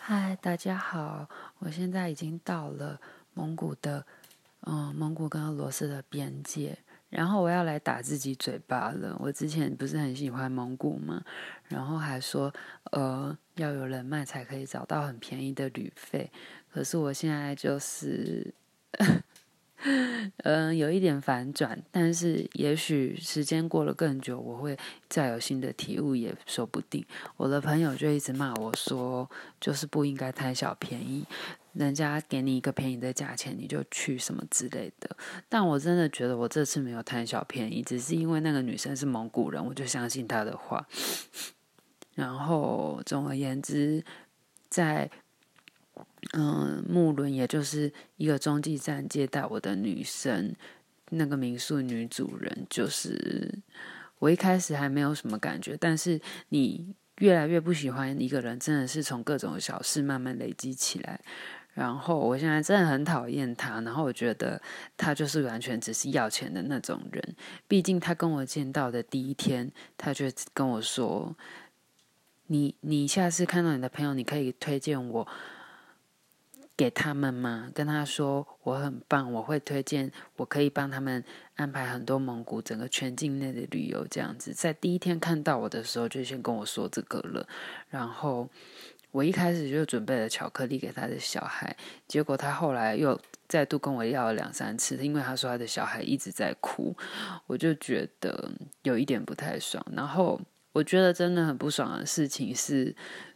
嗨，大家好，我现在已经到了蒙古跟俄罗斯的边界，然后我要来打自己嘴巴了。我之前不是很喜欢蒙古吗？然后还说要有人脉才可以找到很便宜的旅费，可是我现在就是有一点反转，但是也许时间过了更久，我会再有新的体悟，也说不定。我的朋友就一直骂我说，就是不应该贪小便宜，人家给你一个便宜的价钱，你就去什么之类的。但我真的觉得我这次没有贪小便宜，只是因为那个女生是蒙古人，我就相信她的话。然后总而言之，在木伦，也就是一个中继站接待我的女生，那个民宿女主人，就是我一开始还没有什么感觉，但是你越来越不喜欢一个人，真的是从各种小事慢慢累积起来。然后我现在真的很讨厌他，然后我觉得他就是完全只是要钱的那种人。毕竟他跟我见到的第一天，他就跟我说：你下次看到你的朋友，你可以推荐我给他们吗？跟他说我很棒，我会推荐，我可以帮他们安排很多蒙古整个全境内的旅游这样子。在第一天看到我的时候，就先跟我说这个了。然后我一开始就准备了巧克力给他的小孩，结果他后来又再度跟我要了2-3次，因为他说他的小孩一直在哭，我就觉得有一点不太爽。然后我觉得真的很不爽的事情是，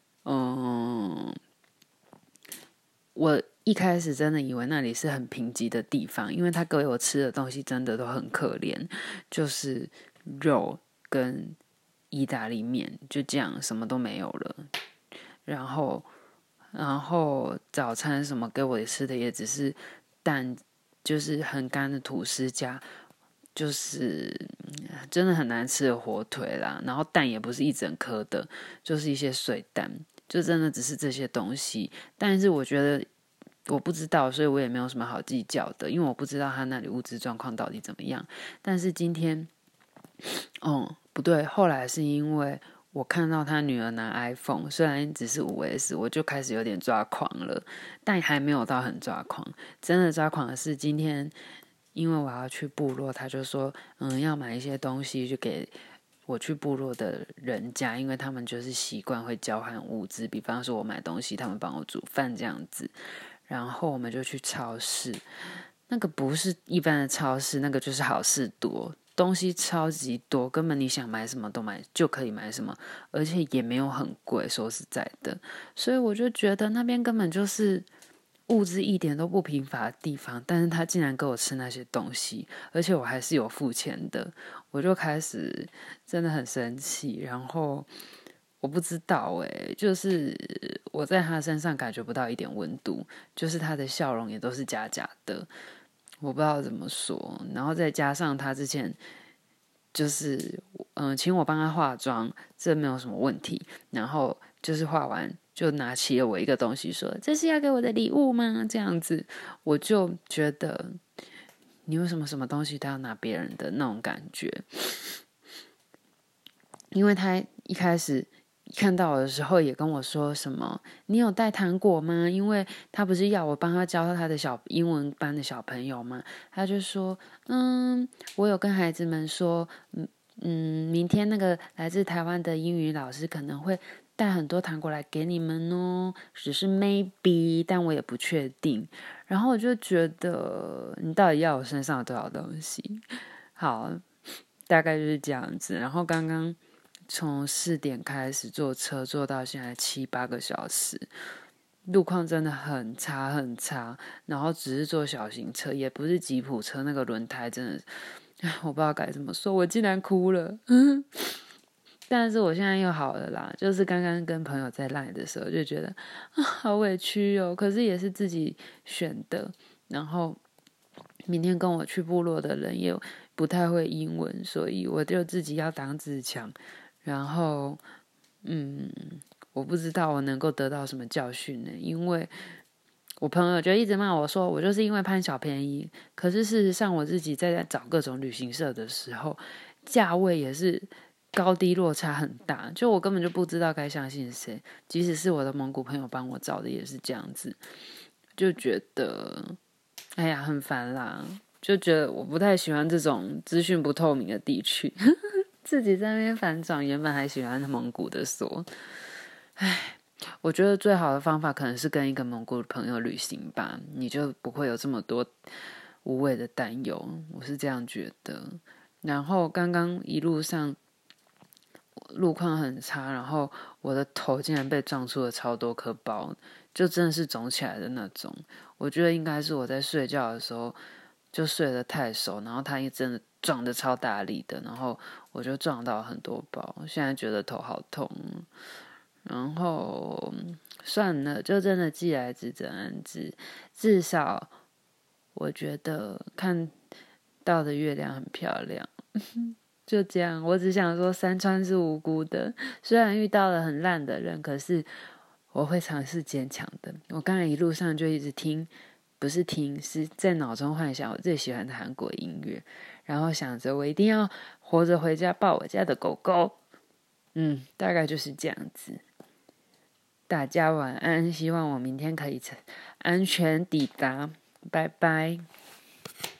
我一开始真的以为那里是很贫瘠的地方，因为他给我吃的东西真的都很可怜，就是肉跟意大利面，就这样什么都没有了。然后早餐什么给我吃的也只是蛋，就是很干的吐司加就是真的很难吃的火腿啦，然后蛋也不是一整颗的，就是一些碎蛋，就真的只是这些东西。但是我觉得我不知道，所以我也没有什么好计较的，因为我不知道他那里物资状况到底怎么样。但是今天，不对，后来是因为我看到他女儿拿 iPhone， 虽然只是5S，我就开始有点抓狂了，但还没有到很抓狂。真的抓狂的是今天，因为我要去部落，他就说，要买一些东西就给我去部落的人家，因为他们就是习惯会交换物资，比方说我买东西，他们帮我煮饭这样子。然后我们就去超市，那个不是一般的超市，那个就是好事多，东西超级多，根本你想买什么都买就可以买什么，而且也没有很贵，说实在的。所以我就觉得那边根本就是物资一点都不贫乏的地方，但是他竟然给我吃那些东西，而且我还是有付钱的，我就开始真的很生气。然后我不知道就是我在他身上感觉不到一点温度，就是他的笑容也都是假假的，我不知道怎么说。然后再加上他之前就是请我帮他化妆，这没有什么问题。然后就是化完就拿起了我一个东西说：“这是要给我的礼物吗？”这样子，我就觉得你为什么什么东西都要拿别人的那种感觉？因为他一开始看到我的时候也跟我说什么，你有带糖果吗？因为他不是要我帮他教他的小英文班的小朋友吗？他就说，我有跟孩子们说，明天那个来自台湾的英语老师可能会带很多糖果来给你们哦，只是 maybe， 但我也不确定。然后我就觉得，你到底要我身上有多少东西？好，大概就是这样子。然后刚刚从4点开始坐车，坐到现在7-8个小时，路况真的很差很差。然后只是坐小型车，也不是吉普车，那个轮胎真的，我不知道该怎么说，我竟然哭了。但是我现在又好了啦，就是刚刚跟朋友在赖的时候就觉得好委屈哦，可是也是自己选的。然后明天跟我去部落的人也不太会英文，所以我就自己要当自强。然后我不知道我能够得到什么教训呢？因为我朋友就一直骂我说我就是因为贪小便宜，可是事实上我自己在找各种旅行社的时候，价位也是高低落差很大，就我根本就不知道该相信谁。即使是我的蒙古朋友帮我找的，也是这样子，就觉得哎呀很烦啦，就觉得我不太喜欢这种资讯不透明的地区。自己在那边反转，原本还喜欢蒙古的所，唉，我觉得最好的方法可能是跟一个蒙古的朋友旅行吧，你就不会有这么多无谓的担忧，我是这样觉得。然后刚刚一路上路况很差，然后我的头竟然被撞出了超多颗包，就真的是肿起来的那种。我觉得应该是我在睡觉的时候就睡得太熟，然后它也真的撞得超大力的，然后我就撞到很多包，现在觉得头好痛。然后算了，就真的既来之则安之，至少我觉得看到的月亮很漂亮。就这样，我只想说山川是无辜的，虽然遇到了很烂的人，可是我会尝试坚强的。我刚才一路上就一直听，不是听，是在脑中幻想我最喜欢的韩国音乐，然后想着我一定要活着回家抱我家的狗狗。大概就是这样子。大家晚安，希望我明天可以安全抵达，拜拜。